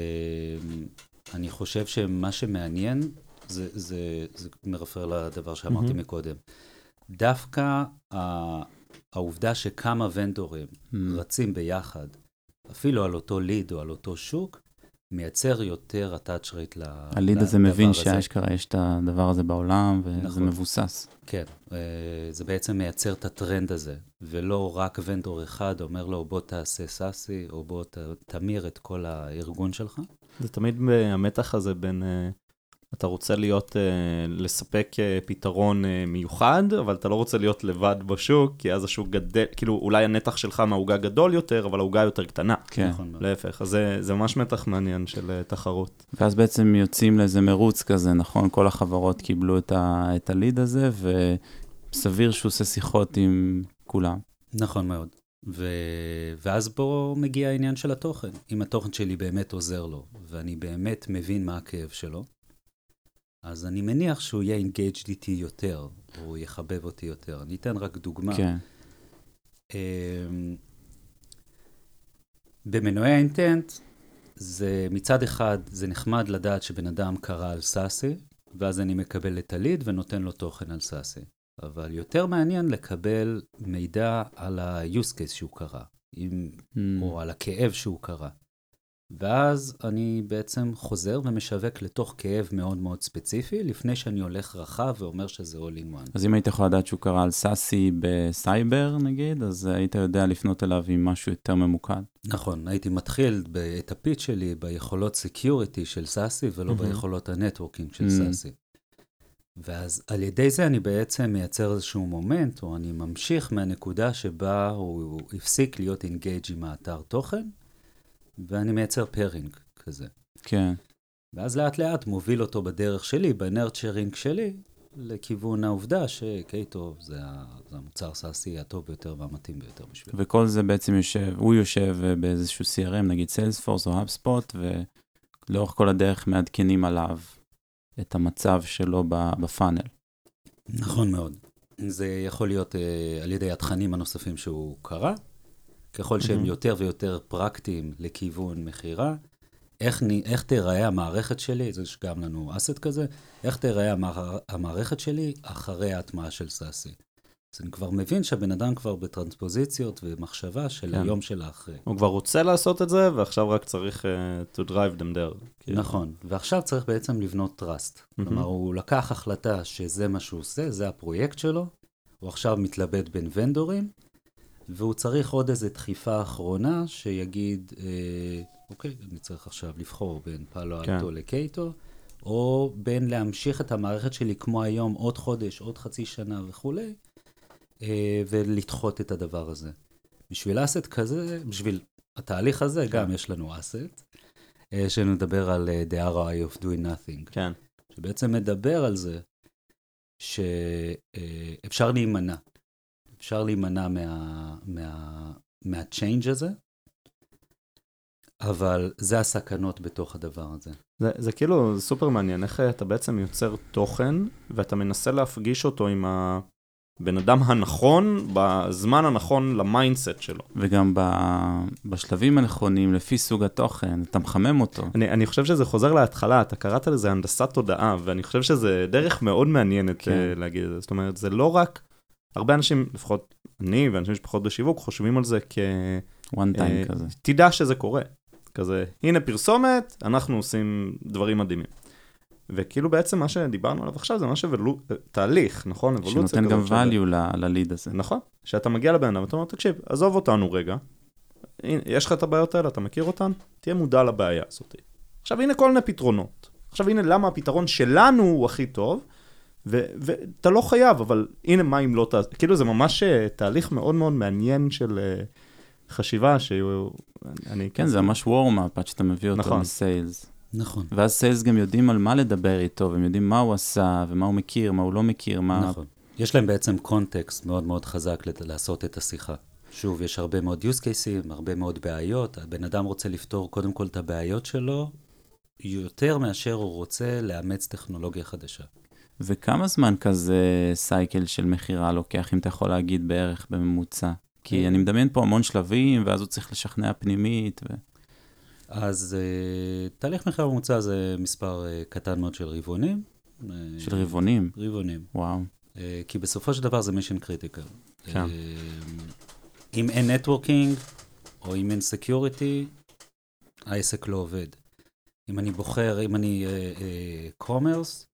אני חושב שמה שמעניין, זה, זה, זה מרפר לדבר שאמרתי מקודם. דווקא העובדה שכמה ונדורים רצים ביחד, אפילו על אותו ליד או על אותו שוק, מייצר יותר attach rate לדבר הזה. הליד הזה מבין שהאשכרה יש את הדבר הזה בעולם, וזה מבוסס. כן, זה בעצם מייצר את הטרנד הזה, ולא רק ונדור אחד אומר לו, בוא תעשה סאסי, או בוא תמיר את כל הארגון שלך. זה תמיד המתח הזה בין, אתה רוצה להיות, לספק פתרון מיוחד, אבל אתה לא רוצה להיות לבד בשוק, כי אז השוק גדל, כאילו אולי הנתח שלך מהעוגה גדול יותר, אבל העוגה יותר קטנה. כן. להפך, אז זה, זה ממש מתח מעניין של תחרות. ואז בעצם יוצאים לאיזה מרוץ כזה, נכון? כל החברות קיבלו את, ה, את הליד הזה, וסביר שהוא עושה שיחות עם כולם. נכון מאוד. ו... ואז פה מגיע העניין של התוכן. אם התוכן שלי באמת עוזר לו, ואני באמת מבין מה הכאב שלו, אז אני מניח שהוא יהיה engaged איתי יותר, או יחבב אותי יותר. אני אתן רק דוגמה. כן. במנועי האינטנט, זה מצד אחד, זה נחמד לדעת שבן אדם קרא על סאסי, ואז אני מקבל את הליד ונותן לו תוכן על סאסי. אבל יותר מעניין לקבל מידע על ה-use case שהוא קרא, עם, mm. או על הכאב שהוא קרא. ואז אני בעצם חוזר ומשווק לתוך כאב מאוד מאוד ספציפי, לפני שאני הולך רחב ואומר שזה all in one. אז אם היית יכול לדעת שהוא קרא על סאסי בסייבר נגיד, אז היית יודע לפנות אליו עם משהו יותר ממוקד. נכון, הייתי מתחיל את הפיץ שלי ביכולות סקיוריטי של סאסי, ולא mm-hmm. ביכולות הנטוורקינג של mm-hmm. סאסי. ואז על ידי זה אני בעצם מייצר איזשהו מומנט, או אני ממשיך מהנקודה שבה הוא הפסיק להיות אינגייג' עם האתר תוכן, ואני מייצר פארינג כזה. כן. ואז לאט לאט מוביל אותו בדרך שלי, בנרצ'רינג שלי, לכיוון העובדה שקיי טוב, זה, זה המוצר סאסי הטוב ביותר והמתאים ביותר בשביל. וכל זה בעצם יושב, הוא יושב באיזשהו סי אר אם, נגיד סיילספורס או האבספוט, ולאורך כל הדרך מעדכנים עליו את המצב שלו בפאנל. נכון מאוד. זה יכול להיות uh, על ידי התכנים הנוספים שהוא קרא, ככל שהם יותר ויותר פרקטיים לכיוון מחירה, איך, איך תיראה המערכת שלי, זה שגם לנו אסט כזה, איך תיראה המערכת שלי אחרי ההטמעה של סאסי. אז אני כבר מבין שהבן אדם כבר בטרנספוזיציות ומחשבה של כן. היום של האחרי. הוא כבר רוצה לעשות את זה, ועכשיו רק צריך uh, to drive them there. נכון, ועכשיו צריך בעצם לבנות trust. Mm-hmm. כלומר, הוא לקח החלטה שזה מה שהוא עושה, זה הפרויקט שלו, הוא עכשיו מתלבט בין ונדורים, והוא צריך עוד איזו דחיפה אחרונה שיגיד, אה, אוקיי, אני צריך עכשיו לבחור בין פאלו אלטו כן. לקייטו, או בין להמשיך את המערכת שלי כמו היום, עוד חודש, עוד חצי שנה וכולי, אה, ולדחות את הדבר הזה. בשביל אסט כזה, בשביל התהליך הזה, כן. גם יש לנו אסט, אה, שנדבר על uh, the אר או איי of doing nothing. כן. שבעצם מדבר על זה, שאפשר uh, להימנע. אפשר להימנע מה, מה, מה-change הזה, אבל זה הסכנות בתוך הדבר הזה. זה, זה כאילו סופר מעניין, איך אתה בעצם יוצר תוכן, ואתה מנסה להפגיש אותו עם הבן אדם הנכון, בזמן הנכון למיינדסט שלו. וגם ב, בשלבים הנכונים, לפי סוג התוכן, אתה מחמם אותו. אני, אני חושב שזה חוזר להתחלה, אתה קראת לזה הנדסת תודעה, ואני חושב שזה דרך מאוד מעניינת כן. להגיד את זה. זאת אומרת, זה לא רק... הרבה אנשים, לפחות אני ואנשים שפחות בשיווק, חושבים על זה כ... one time כזה. תדע שזה קורה. כזה, הנה פרסומת, אנחנו עושים דברים מדהימים. וכאילו בעצם מה שדיברנו עליו עכשיו, זה מה שאבולו... תהליך, נכון? שנותן גם value לליד הזה. נכון. שאתה מגיע לבן אדם, אתה אומר, תקשיב, עזוב אותנו רגע. יש לך את הבעיות האלה, אתה מכיר אותן? תהיה מודע לבעיה הזאת. עכשיו, הנה כל מיני פתרונות. עכשיו, הנה למה הפתרון שלנו הוא הכי טוב, ואתה לא חייב, אבל הנה מה אם לא תעשה, כאילו זה ממש תהליך מאוד מאוד מעניין של חשיבה, שאני... כן, זה ממש וורם-אפ, עד שאתה מביא אותו לסיילס. נכון. ואז סיילס גם יודעים על מה לדבר איתו, והם יודעים מה הוא עשה, ומה הוא מכיר, מה הוא לא מכיר, מה... נכון. יש להם בעצם קונטקסט מאוד מאוד חזק לעשות את השיחה. שוב, יש הרבה מאוד use cases, הרבה מאוד בעיות, הבן אדם רוצה לפתור קודם כל את הבעיות שלו, יותר מאשר הוא רוצה לאמץ טכנולוגיה חדשה. וכמה זמן כזה סייקל של מחירה לוקח, אם אתה יכול להגיד בערך בממוצע? כי אני מדמיין פה המון שלבים, ואז הוא צריך לשכנע פנימית. ו... אז uh, תהליך מחירה בממוצע זה מספר uh, קטן מאוד של רבעונים. של רבעונים? רבעונים. וואו. Uh, כי בסופו של דבר זה mission critical. כן. Uh, אם אין נטוורקינג, או אם אין סקיוריטי, העסק לא עובד. אם אני בוחר, אם אני קומרס, uh, uh,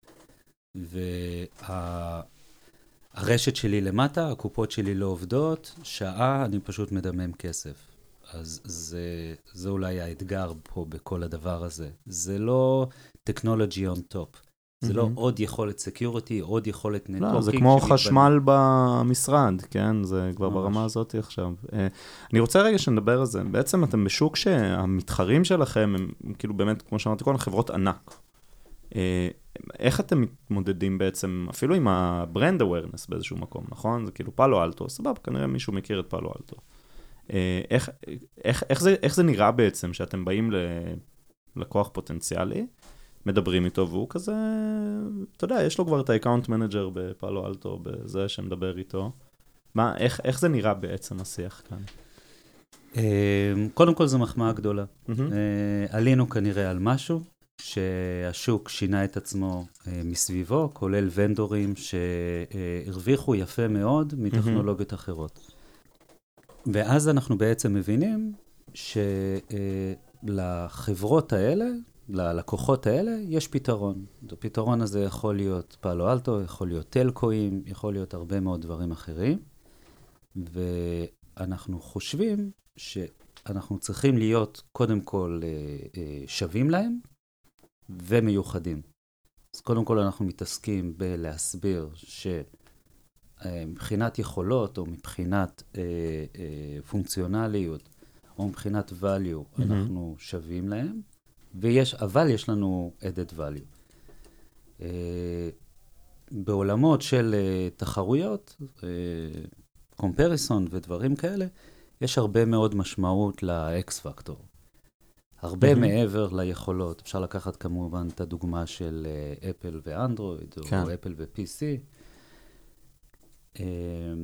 והרשת שלי למטה, הקופות שלי לא עובדות, שעה אני פשוט מדמם כסף. אז זה, זה אולי האתגר פה בכל הדבר הזה. זה לא technology on top. זה לא עוד יכולת security, עוד יכולת נטוורקינג. לא, זה כמו חשמל במשרד, כן? זה כבר ברמה הזאת עכשיו. אני רוצה רגע שנדבר על זה. בעצם אתם בשוק שהמתחרים שלכם הם כאילו באמת, כמו שאמרתי קודם, חברות ענק. איך אתם מתמודדים בעצם, אפילו עם הברנד אווירנס באיזשהו מקום, נכון? זה כאילו פאלו אלטו, סבב, כנראה מישהו מכיר את פאלו אלטו. איך, איך, איך זה, איך זה נראה בעצם שאתם באים ללקוח פוטנציאלי, מדברים איתו, והוא כזה, אתה יודע, יש לו כבר את האקאונט מנג'ר בפאלו אלטו, בזה שמדבר איתו. מה, איך, איך זה נראה בעצם השיח כאן? קודם כל זו מחמאה גדולה. עלינו כנראה על משהו, שהשוק שינה את עצמו מסביבו, כולל ונדורים שהרוויחו יפה מאוד מטכנולוגיות אחרות. ואז אנחנו בעצם מבינים שלחברות האלה, ללקוחות האלה, יש פתרון. הפתרון הזה יכול להיות פאלו אלטו, יכול להיות טלקואים, יכול להיות הרבה מאוד דברים אחרים. ואנחנו חושבים שאנחנו צריכים להיות קודם כל שווים להם ומיוחדים. אז קודם כל אנחנו מתעסקים בלהסביר שמבחינת יכולות או מבחינת אה, אה, פונקציונליות או מבחינת value mm-hmm. אנחנו שווים להם, ויש, אבל יש לנו added value. אה, בעולמות של אה, תחרויות, אה, comparison ודברים כאלה, יש הרבה מאוד משמעות ל-X factor. הרבה mm-hmm. מעבר ליכולות. אפשר לקחת כמובן את הדוגמה של אפל ואנדרואיד, כן. או אפל ו-פי סי.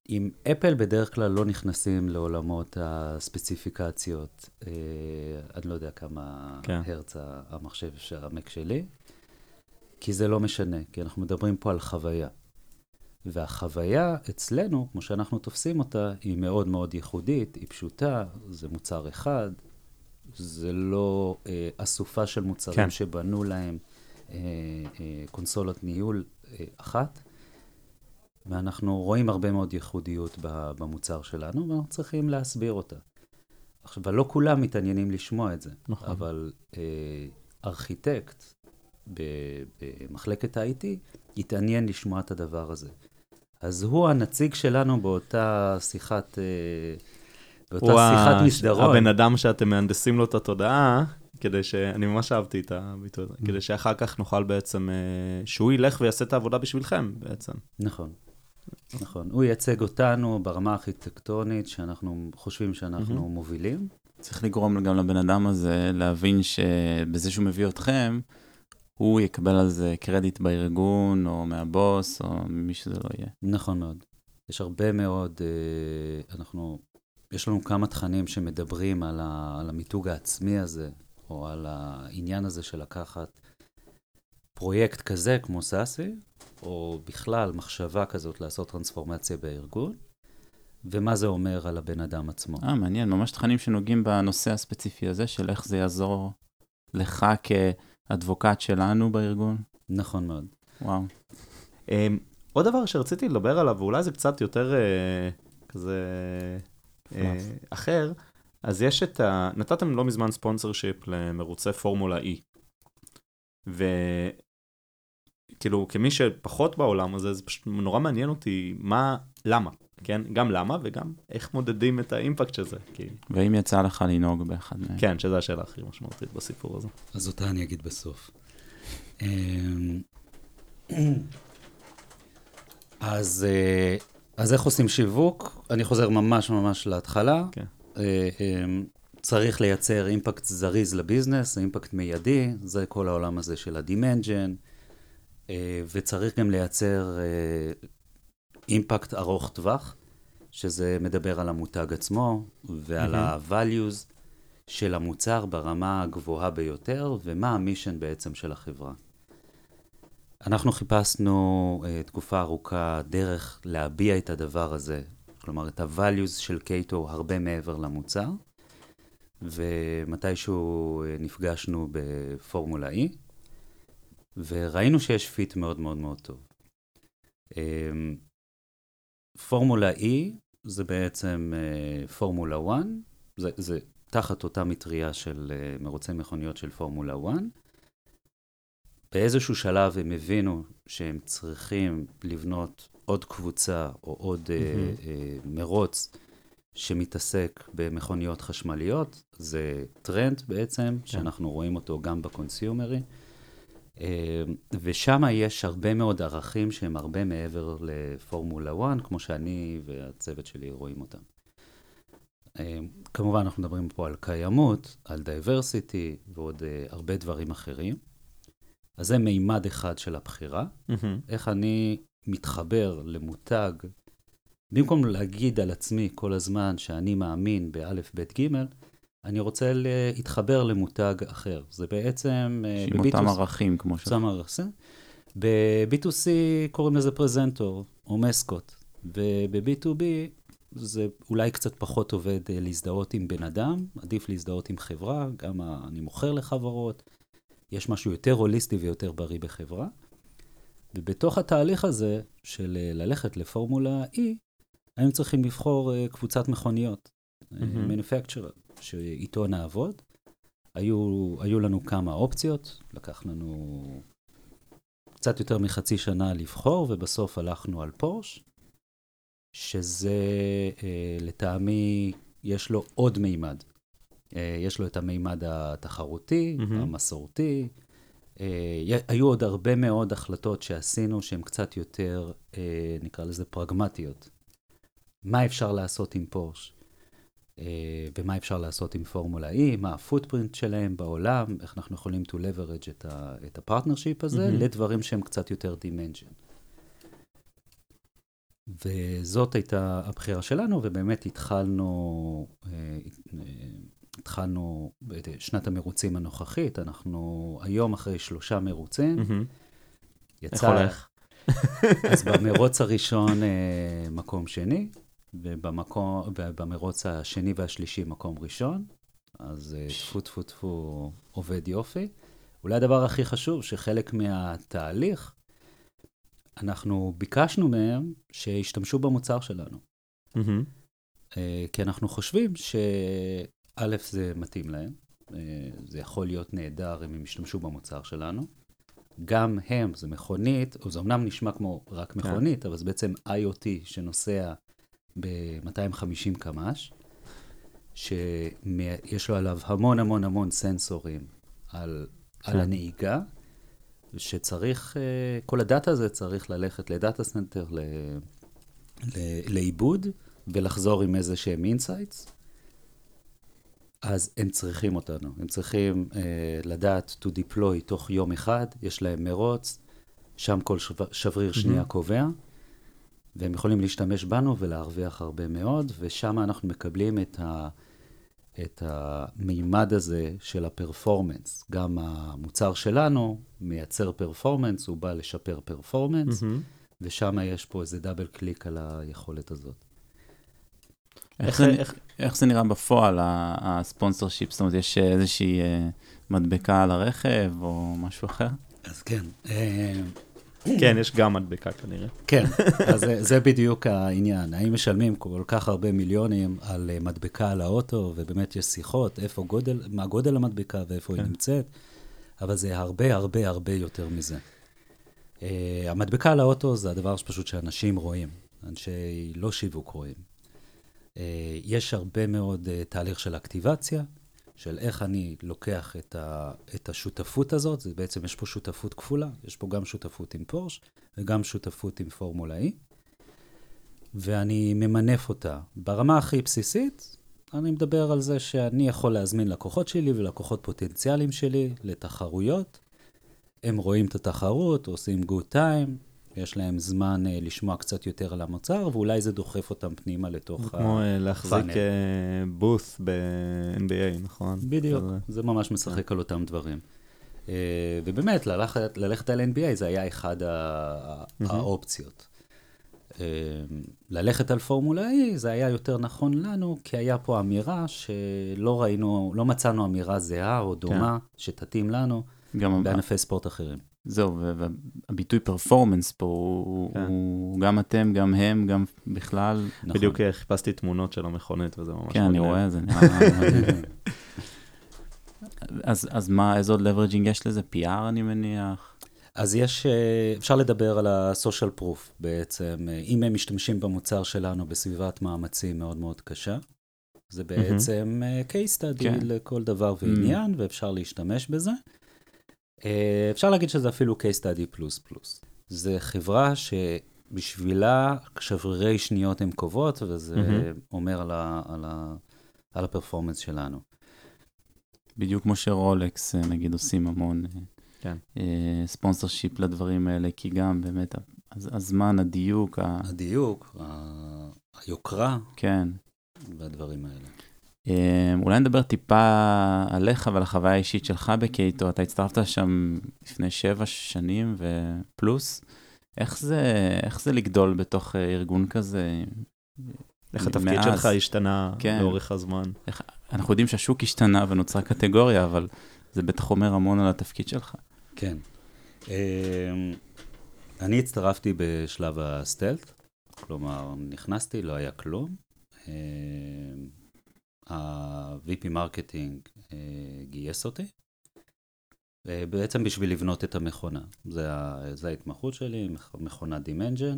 עם אפל בדרך כלל לא נכנסים לעולמות הספציפיקציות, אה, אני לא יודע כמה כן. הרץ המחשב המק שלי, כי זה לא משנה, כי אנחנו מדברים פה על חוויה. והחוויה אצלנו, כמו שאנחנו תופסים אותה, היא מאוד מאוד ייחודית, היא פשוטה, זה מוצר אחד, זה לא אה, אסופה של מוצרים כן. שבנו להם אה, אה, קונסולת ניהול אה, אחת, ואנחנו רואים הרבה מאוד ייחודיות במוצר שלנו, ואנחנו צריכים להסביר אותה. עכשיו, לא כולם מתעניינים לשמוע את זה, נכון. אבל אה, ארכיטקט במחלקת ה-איי טי יתעניין לשמוע את הדבר הזה. אז הוא הנציג שלנו באותה שיחת, באותה שיחת הוא מסדרון. הבן אדם שאתם מהנדסים לו את התודעה, כדי ש... אני ממש אהבתי את הביטוי הזה, כדי שאחר כך נוכל בעצם, שהוא ילך ויעשה את העבודה בשבילכם בעצם. נכון, נכון. הוא ייצג אותנו ברמה הארכיטקטונית, שאנחנו חושבים שאנחנו מובילים. צריך לגרום גם לבן אדם הזה להבין שבזה שהוא מביא אתכם, הוא יקבל על זה קרדיט בארגון, או מהבוס, או ממי שזה לא יהיה. נכון מאוד. יש הרבה מאוד, אנחנו, יש לנו כמה תכנים שמדברים על, ה, על המיתוג העצמי הזה, או על העניין הזה של לקחת פרויקט כזה כמו סאסי, או בכלל מחשבה כזאת לעשות טרנספורמציה בארגון, ומה זה אומר על הבן אדם עצמו. אה, מעניין, ממש תכנים שנוגעים בנושא הספציפי הזה, של איך זה יעזור לך כאדבוקט שלנו בארגון. נכון מאוד. וואו. עוד דבר שרציתי לדבר עליו, ואולי זה קצת יותר כזה אחר, אז יש את ה... נתתם לא מזמן ספונסרשיפ למרוצי פורמולה E. וכאילו, כמי שפחות בעולם הזה, זה פשוט נורא מעניין אותי מה, למה, כן? גם למה וגם איך מודדים את האימפקט של זה. כי... ואם יצא לך לנהוג באחד מהם. כן, שזו השאלה הכי משמעותית בסיפור הזה. אז אותה אני אגיד בסוף. אז, אז איך עושים שיווק? אני חוזר ממש ממש להתחלה. כן. צריך לייצר אימפקט זריז לביזנס, אימפקט מיידי, זה כל העולם הזה של הדימנג'ן, וצריך גם לייצר אימפקט ארוך טווח, שזה מדבר על המותג עצמו, ועל ה-values של המוצר ברמה הגבוהה ביותר, ומה המישן בעצם של החברה. אנחנו חיפשנו uh, תקופה ארוכה דרך להביע את הדבר הזה, כלומר את ה-values של קייטו הרבה מעבר למוצר, ומתישהו uh, נפגשנו בפורמולה E, וראינו שיש פיט מאוד מאוד מאוד טוב. Um, פורמולה E זה בעצם uh, פורמולה אחת, זה, זה תחת אותה מטריה של uh, מרוצי מכוניות של פורמולה אחת, באיזשהו שלב הם הבינו שהם צריכים לבנות עוד קבוצה או עוד mm-hmm. uh, uh, מרוץ שמתעסק במכוניות חשמליות. זה טרנד בעצם, yeah. שאנחנו רואים אותו גם בקונסיומרי. Uh, ושם יש הרבה מאוד ערכים שהם הרבה מעבר לפורמולה אחת, כמו שאני והצוות שלי רואים אותם. Uh, כמובן אנחנו מדברים פה על קיימות, על דייברסיטי ועוד uh, הרבה דברים אחרים. אז זה מימד אחד של הבחירה, mm-hmm. איך אני מתחבר למותג, במקום להגיד על עצמי כל הזמן שאני מאמין באלף בית ג', אני רוצה להתחבר למותג אחר. זה בעצם... עם אותם ערכים כמו ש... אותם ערכים. ב-בי טו סי קוראים לזה פרזנטור או מסקוט, וב-בי טו בי זה אולי קצת פחות עובד להזדהות עם בן אדם, עדיף להזדהות עם חברה, גם אני מוכר לחברות, יש משהו יותר הוליסטי ויותר בריא בחברה, ובתוך התהליך הזה של ללכת לפורמולה E, היינו צריכים לבחור קבוצת מכוניות, mm-hmm. manufacturer, שאיתו נעבוד. היו, היו לנו כמה אופציות, לקח לנו קצת יותר מחצי שנה לבחור, ובסוף הלכנו על פורש, שזה לטעמי, יש לו עוד מימד. יש לו את המימד התחרותי, mm-hmm. המסורתי. היו עוד הרבה מאוד החלטות שעשינו שהן קצת יותר, נקרא לזה פרגמטיות. מה אפשר לעשות עם פורש? ומה אפשר לעשות עם פורמולה E? מה הפוטפרינט שלהם בעולם? איך אנחנו יכולים to leverage את, ה, את הפרטנרשיפ הזה mm-hmm. לדברים שהם קצת יותר דימנג'ן. וזאת הייתה הבחירה שלנו, ובאמת התחלנו, התחלנו בשנת המרוצים הנוכחית, אנחנו היום אחרי שלושה מרוצים. איך הולך? אז במרוץ הראשון מקום שני, ובמרוץ השני והשלישי מקום ראשון, אז תפו תפו תפו עובד יופי. אולי הדבר הכי חשוב, שחלק מהתהליך, אנחנו ביקשנו מהם שישתמשו במוצר שלנו. Mm-hmm. כי אנחנו חושבים שא' זה מתאים להם, זה יכול להיות נהדר אם הם ישתמשו במוצר שלנו. גם הם, זה מכונית, או זה אמנם נשמע כמו רק מכונית, אבל זה בעצם איי או טי שנוסע ב-מאתיים וחמישים קמ"ש, שיש לו עליו המון המון המון סנסורים על, על הנהיגה, שצריך, כל הדאטה הזה צריך ללכת לדאטה סנטר, ל, ל, לעיבוד, ולחזור עם איזה שהם אינסייטס. אז הם צריכים אותנו, הם צריכים uh, לדעת to deploy תוך יום אחד, יש להם מרוץ, שם כל שבר, שבריר שנייה mm-hmm. קובע, והם יכולים להשתמש בנו ולהרוויח הרבה מאוד, ושם אנחנו מקבלים את, ה, את המימד הזה של הפרפורמנס. גם המוצר שלנו מייצר פרפורמנס, הוא בא לשפר פרפורמנס, mm-hmm. ושם יש פה איזה דאבל קליק על היכולת הזאת. איך זה, איך, איך זה נראה בפועל, הספונסר שיפ? זאת אומרת, יש איזושהי מדבקה על הרכב או משהו אחר? אז כן. כן, יש גם מדבקה כנראה. כן, אז זה, זה בדיוק העניין. האם משלמים כל כך הרבה מיליונים על מדבקה על האוטו, ובאמת יש שיחות, איפה גודל, מה גודל המדבקה ואיפה כן. היא נמצאת, אבל זה הרבה הרבה הרבה יותר מזה. המדבקה על האוטו זה הדבר שפשוט שאנשים רואים, אנשי לא שיווק רואים. יש הרבה מאוד תהליך של אקטיבציה, של איך אני לוקח את, ה, את השותפות הזאת, זה בעצם יש פה שותפות כפולה, יש פה גם שותפות עם פורש, וגם שותפות עם פורמולה E, ואני ממנף אותה. ברמה הכי בסיסית, אני מדבר על זה שאני יכול להזמין לקוחות שלי ולקוחות פוטנציאליים שלי לתחרויות, הם רואים את התחרות, עושים good time, יש להם זמן uh, לשמוע קצת יותר על המוצר, ואולי זה דוחף אותם פנימה לתוך הפאנל. כמו uh, להחזיק uh, בוס ב-אן בי איי, נכון? בדיוק, זה, זה ממש משחק על אותם דברים. Uh, ובאמת, ללכת, ללכת על אן בי איי זה היה אחד ה- mm-hmm. האופציות. Uh, ללכת על פורמולה E זה היה יותר נכון לנו, כי היה פה אמירה שלא ראינו, לא מצאנו אמירה זהה או דומה, כן. שתתאים לנו בענפי ספורט אחרים. זהו, והביטוי פרפורמנס פה הוא גם אתם, גם הם, גם בכלל. בדיוק חיפשתי תמונות של המכונית וזה ממש... כן, אני רואה, זה נראה... אז מה, איזה עוד לברג'ינג יש לזה? פי אר אני מניח? אז יש, אפשר לדבר על הסושיאל פרוף בעצם. אם הם משתמשים במוצר שלנו בסביבת מאמצים מאוד מאוד קשה, זה בעצם case study לכל דבר ועניין, ואפשר להשתמש בזה. אפשר להגיד שזה אפילו case study פלוס פלוס. זה חברה שבשבילה שברירי שניות הן קובעות, וזה mm-hmm. אומר על, ה, על, ה, על הפרפורמנס שלנו. בדיוק כמו שרולקס, נגיד, עושים המון כן. ספונסר שיפ לדברים האלה, כי גם באמת הזמן, הדיוק. הדיוק, ה... היוקרה. כן. והדברים האלה. אולי נדבר טיפה עליך ועל החוויה האישית שלך בקייטו. אתה הצטרפת שם לפני שבע שנים ופלוס. איך זה, איך זה לגדול בתוך ארגון כזה? איך התפקיד מאז? שלך השתנה כן. לאורך הזמן? איך, אנחנו יודעים שהשוק השתנה ונוצרה קטגוריה, אבל זה בטח אומר המון על התפקיד שלך. כן. אני הצטרפתי בשלב הסטלט, כלומר נכנסתי, לא היה כלום. ה-וי פי מרקטינג גייס אותי, בעצם בשביל לבנות את המכונה. זה, זה ההתמחות שלי, מכונה דימנג'ן,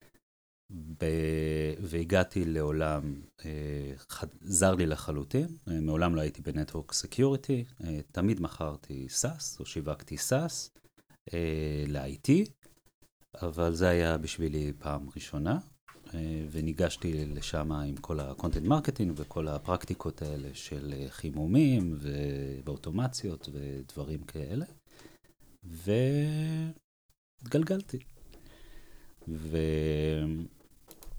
והגעתי לעולם, זר לי לחלוטין, מעולם לא הייתי בנטוורק סקיוריטי, תמיד מכרתי סאס או שיווקתי סאס ל-איי טי, אבל זה היה בשבילי פעם ראשונה. וניגשתי לשם עם כל הקונטנט מרקטינג וכל הפרקטיקות האלה של חימומים ואוטומציות ודברים כאלה. וגלגלתי.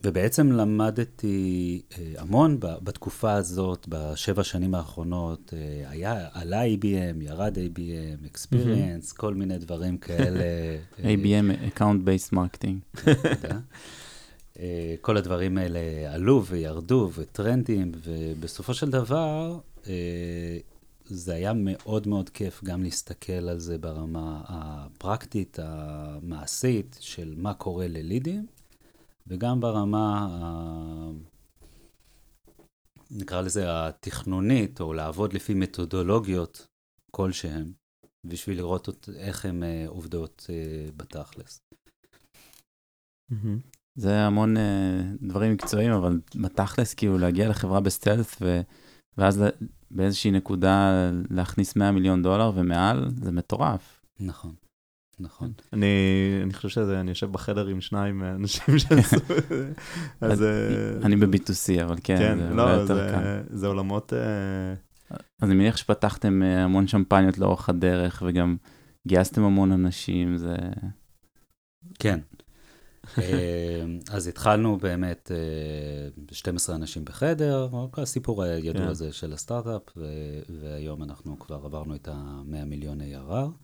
ובעצם למדתי המון בתקופה הזאת, בשבע שנים האחרונות, היה, עלה איי בי אם, ירד איי בי אם, Experience, mm-hmm. כל מיני דברים כאלה. איי בי אם, Account-Based Marketing. כל הדברים האלה עלו וירדו וטרנדים, ובסופו של דבר, זה היה מאוד מאוד כיף גם להסתכל על זה ברמה הפרקטית, המעשית, של מה קורה ללידים, וגם ברמה, נקרא לזה, התכנונית, או לעבוד לפי מתודולוגיות כלשהם, בשביל לראות איך הן עובדות בתכלס. זה המון דברים מקצועיים, אבל בתכלס, כאילו, להגיע לחברה בסטלס, ואז באיזושהי נקודה להכניס מאה מיליון דולר ומעל, זה מטורף. נכון. נכון. אני, אני חושב שזה, אני יושב בחדר עם שניים אנשים שעשו את זה. אז... אני ב-בי טו סי, אבל כן, כן, זה לא, הרבה יותר זה, קל. זה עולמות... אז אני מניח שפתחתם המון שמפניות לאורך הדרך, וגם גייסתם המון אנשים, זה... כן. אז התחלנו באמת שנים עשר אנשים בחדר, הסיפור הידוע הזה של הסטארט-אפ, והיום אנחנו כבר עברנו את ה-מאה מיליון איי אר אר.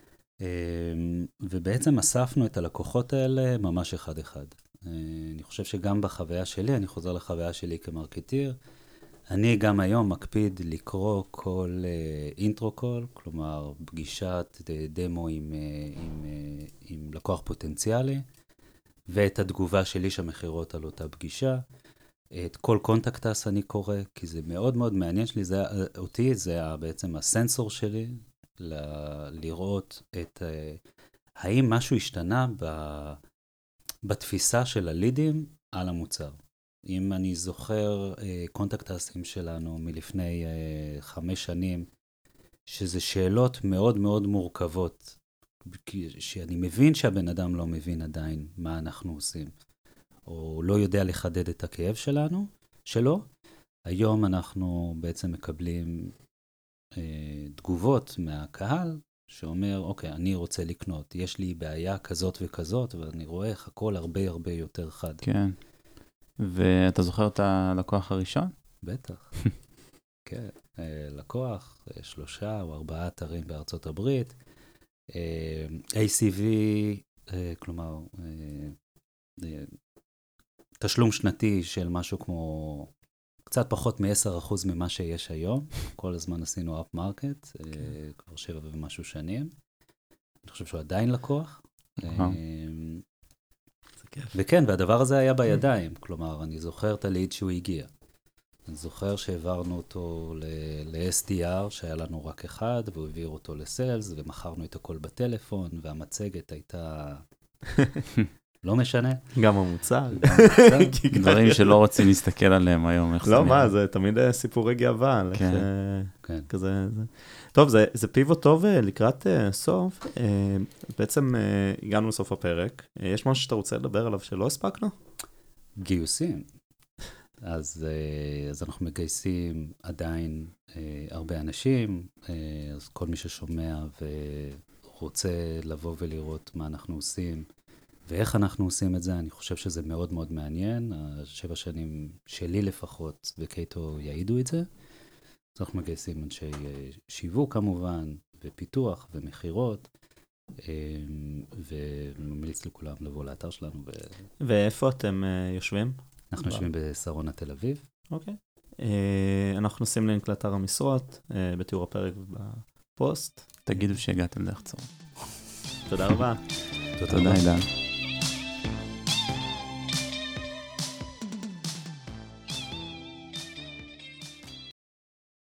ובעצם אספנו את הלקוחות האלה ממש אחד-אחד. אני חושב שגם בחוויה שלי, אני חוזר לחוויה שלי כמרקטיר, אני גם היום מקפיד לקרוא כל אינטרו קול, כלומר פגישת דמו עם, עם, עם לקוח פוטנציאלי, ואת התגובה שלי שהמחירות על אותה פגישה. את כל קונטקטס אני קורא, כי זה מאוד מאוד מעניין שלי, זה, אותי זה בעצם הסנסור שלי, ל- לראות את, uh, האם משהו השתנה ב- בתפיסה של הלידים על המוצר. אם אני זוכר uh, קונטקטסים שלנו מלפני uh, חמש שנים, שזה שאלות מאוד מאוד מורכבות, שאני מבין שהבן אדם לא מבין עדיין מה אנחנו עושים, או לא יודע לחדד את הכאב שלנו, שלו. היום אנחנו בעצם מקבלים תגובות מהקהל, שאומר, אוקיי, אני רוצה לקנות, יש לי בעיה כזאת וכזאת, ואני רואה איך הכל הרבה הרבה יותר חד. כן. ואתה זוכר את הלקוח הראשון? בטח. כן. לקוח, שלושה או ארבעה אתרים בארצות הברית, איי סי וי, כלומר, תשלום שנתי של משהו כמו קצת פחות מ-עשרה אחוז ממה שיש היום. כל הזמן עשינו אפ מרקט, כבר שבע ומשהו שנים. אני חושב שהוא עדיין לקוח. וכן, והדבר הזה היה בידיים. כלומר, אני זוכר את הליד שהוא הגיע. אני זוכר שהעברנו אותו ל-אס די אר, שהיה לנו רק אחד, והוא העביר אותו לסיילס, ומכרנו את הכל בטלפון, והמצגת הייתה... לא משנה. גם המוצר. דברים שלא רוצים להסתכל עליהם היום. לא, מה, זה תמיד סיפורי גאווה. כן. כזה... טוב, זה פיבוט טוב לקראת סוף. בעצם הגענו לסוף הפרק. יש משהו שאתה רוצה לדבר עליו שלא הספקנו? גיוסים. אז, אז אנחנו מגייסים עדיין הרבה אנשים, אז כל מי ששומע ורוצה לבוא ולראות מה אנחנו עושים, ואיך אנחנו עושים את זה, אני חושב שזה מאוד מאוד מעניין. השבע שנים שלי לפחות, וקייטו יעידו את זה. אז אנחנו מגייסים אנשי שיווק כמובן, ופיתוח ומחירות, וממליץ לכולם לבוא לאתר שלנו. ו... ואיפה אתם יושבים? אנחנו יושבים בשרונה תל אביב. אוקיי. אנחנו נשים לינק לאתר המשרות, בתיאור הפרק ובפוסט. תגידו שהגעתם דרך צור. תודה רבה. תודה, עידן.